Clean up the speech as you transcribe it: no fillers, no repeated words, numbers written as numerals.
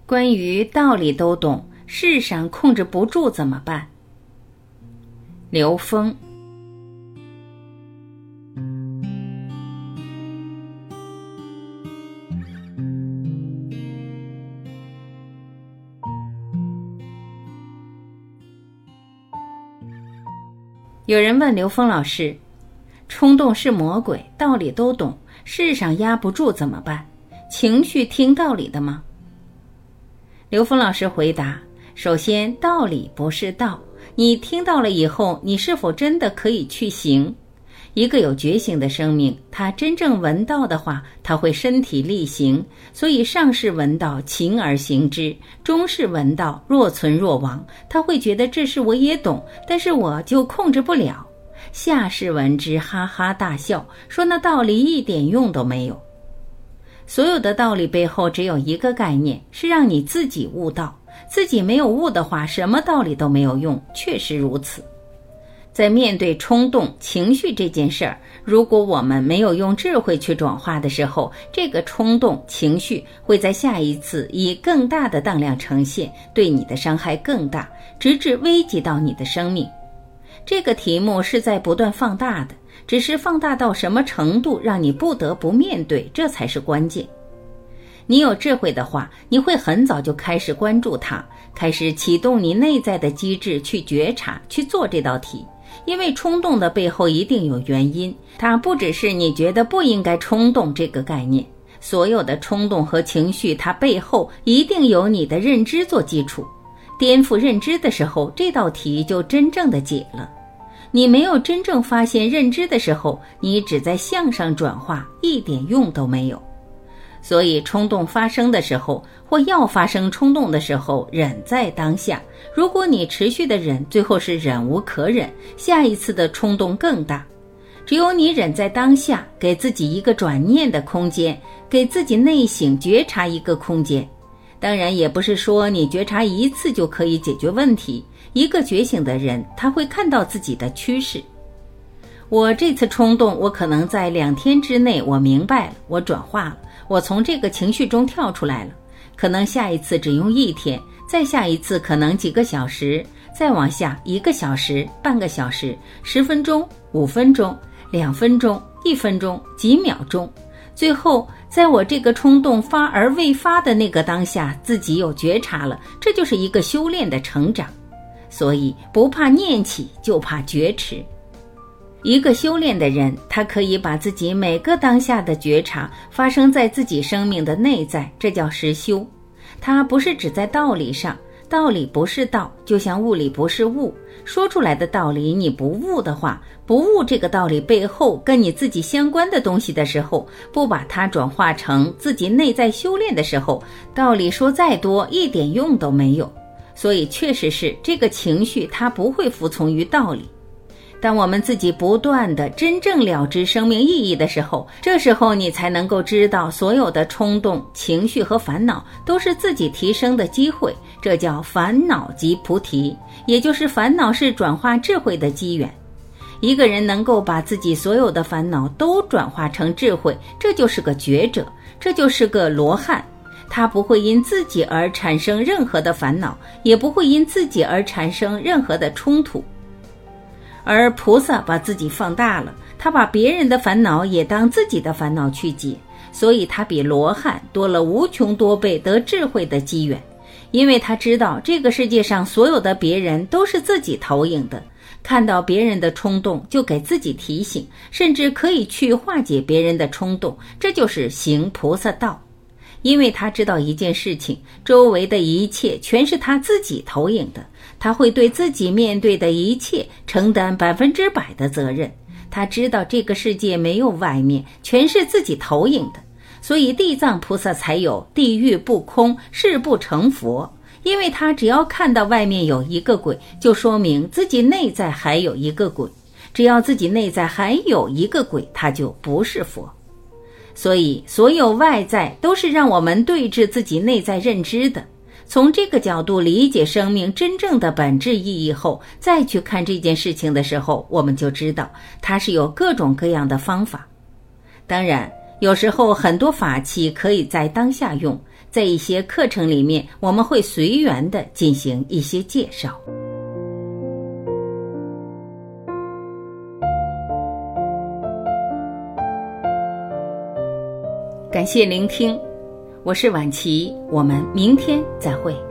关于道理都懂，事上控制不住怎么办？刘峰。有人问刘峰老师，冲动是魔鬼，道理都懂，事上压不住怎么办？情绪听道理的吗？刘峰老师回答，首先道理不是道，你听到了以后，你是否真的可以去行？一个有觉醒的生命，他真正闻道的话，他会身体力行，所以上士闻道，勤而行之，中士闻道，若存若亡，他会觉得这事我也懂，但是我就控制不了。下士闻之，哈哈大笑，说那道理一点用都没有。所有的道理背后只有一个概念，是让你自己悟道，自己没有悟的话，什么道理都没有用，确实如此。在面对冲动、情绪这件事儿，如果我们没有用智慧去转化的时候，这个冲动、情绪会在下一次以更大的当量呈现，对你的伤害更大，直至危及到你的生命。这个题目是在不断放大的，只是放大到什么程度让你不得不面对，这才是关键。你有智慧的话，你会很早就开始关注它，开始启动你内在的机制去觉察，去做这道题。因为冲动的背后一定有原因，它不只是你觉得不应该冲动这个概念，所有的冲动和情绪，它背后一定有你的认知做基础。颠覆认知的时候，这道题就真正的解了。你没有真正发现认知的时候，你只在向上转化，一点用都没有。所以冲动发生的时候，或要发生冲动的时候，忍在当下。如果你持续的忍，最后是忍无可忍，下一次的冲动更大。只有你忍在当下，给自己一个转念的空间，给自己内省觉察一个空间。当然也不是说你觉察一次就可以解决问题，一个觉醒的人，他会看到自己的趋势。我这次冲动，我可能在2天之内我明白了，我转化了，我从这个情绪中跳出来了。可能下一次只用1天，再下一次可能几个小时，再往下1个小时、半个小时、10分钟、5分钟、2分钟、1分钟、几秒钟。最后在我这个冲动发而未发的那个当下，自己有觉察了，这就是一个修炼的成长。所以不怕念起，就怕觉迟。一个修炼的人，他可以把自己每个当下的觉察发生在自己生命的内在，这叫实修。他不是只在道理上，道理不是道，就像物理不是物，说出来的道理你不悟的话，不悟这个道理背后跟你自己相关的东西的时候，不把它转化成自己内在修炼的时候，道理说再多一点用都没有。所以确实是这个情绪它不会服从于道理。当我们自己不断的真正了知生命意义的时候，这时候你才能够知道所有的冲动、情绪和烦恼都是自己提升的机会，这叫烦恼即菩提，也就是烦恼是转化智慧的机缘。一个人能够把自己所有的烦恼都转化成智慧，这就是个觉者，这就是个罗汉。他不会因自己而产生任何的烦恼，也不会因自己而产生任何的冲突。而菩萨把自己放大了，他把别人的烦恼也当自己的烦恼去解，所以他比罗汉多了无穷多倍得智慧的机缘。因为他知道这个世界上所有的别人都是自己投影的，看到别人的冲动就给自己提醒，甚至可以去化解别人的冲动，这就是行菩萨道。因为他知道一件事情，周围的一切全是他自己投影的，他会对自己面对的一切承担100%的责任。他知道这个世界没有外面，全是自己投影的，所以地藏菩萨才有地狱不空，誓不成佛。因为他只要看到外面有一个鬼，就说明自己内在还有一个鬼，只要自己内在还有一个鬼，他就不是佛。所以所有外在都是让我们对峙自己内在认知的。从这个角度理解生命真正的本质意义后，再去看这件事情的时候，我们就知道它是有各种各样的方法。当然有时候很多法器可以在当下用， 在一些课程里面，我们会随缘地进行一些介绍。感谢聆听，我是婉琪，我们明天再会。